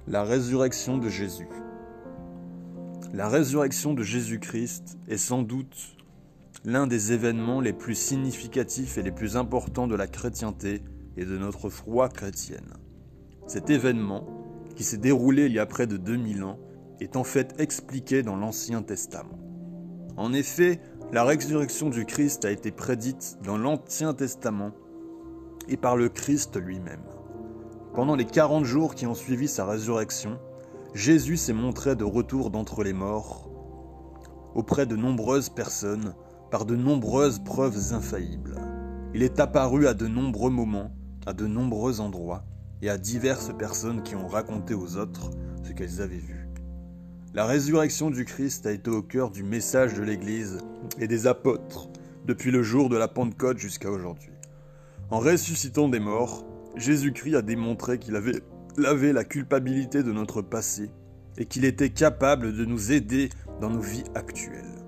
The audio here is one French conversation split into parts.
La résurrection de Jésus. La résurrection de Jésus-Christ est sans doute l'un des événements les plus significatifs et les plus importants de la chrétienté et de notre foi chrétienne. Cet événement, qui s'est déroulé il y a près de 2000 ans, est en fait expliqué dans l'Ancien Testament. En effet, la résurrection du Christ a été prédite dans l'Ancien Testament et par le Christ lui-même. Pendant les 40 jours qui ont suivi sa résurrection, Jésus s'est montré de retour d'entre les morts auprès de nombreuses personnes par de nombreuses preuves infaillibles. Il est apparu à de nombreux moments, à de nombreux endroits et à diverses personnes qui ont raconté aux autres ce qu'elles avaient vu. La résurrection du Christ a été au cœur du message de l'Église et des apôtres depuis le jour de la Pentecôte jusqu'à aujourd'hui. En ressuscitant des morts, Jésus-Christ a démontré qu'il avait lavé la culpabilité de notre passé et qu'il était capable de nous aider dans nos vies actuelles.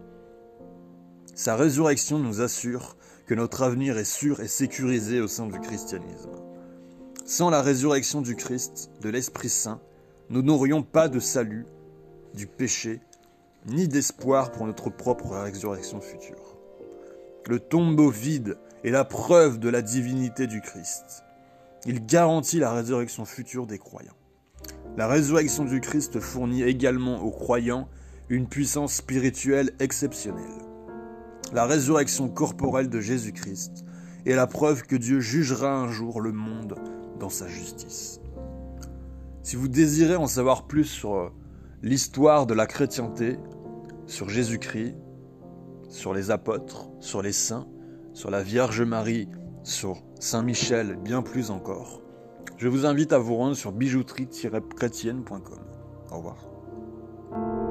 Sa résurrection nous assure que notre avenir est sûr et sécurisé au sein du christianisme. Sans la résurrection du Christ, de l'Esprit Saint, nous n'aurions pas de salut du péché, ni d'espoir pour notre propre résurrection future. Le tombeau vide est la preuve de la divinité du Christ. Il garantit la résurrection future des croyants. La résurrection du Christ fournit également aux croyants une puissance spirituelle exceptionnelle. La résurrection corporelle de Jésus-Christ est la preuve que Dieu jugera un jour le monde dans sa justice. Si vous désirez en savoir plus sur l'histoire de la chrétienté, sur Jésus-Christ, sur les apôtres, sur les saints, sur la Vierge Marie, sur Saint Michel, bien plus encore, je vous invite à vous rendre sur bijouterie-chrétienne.com. Au revoir.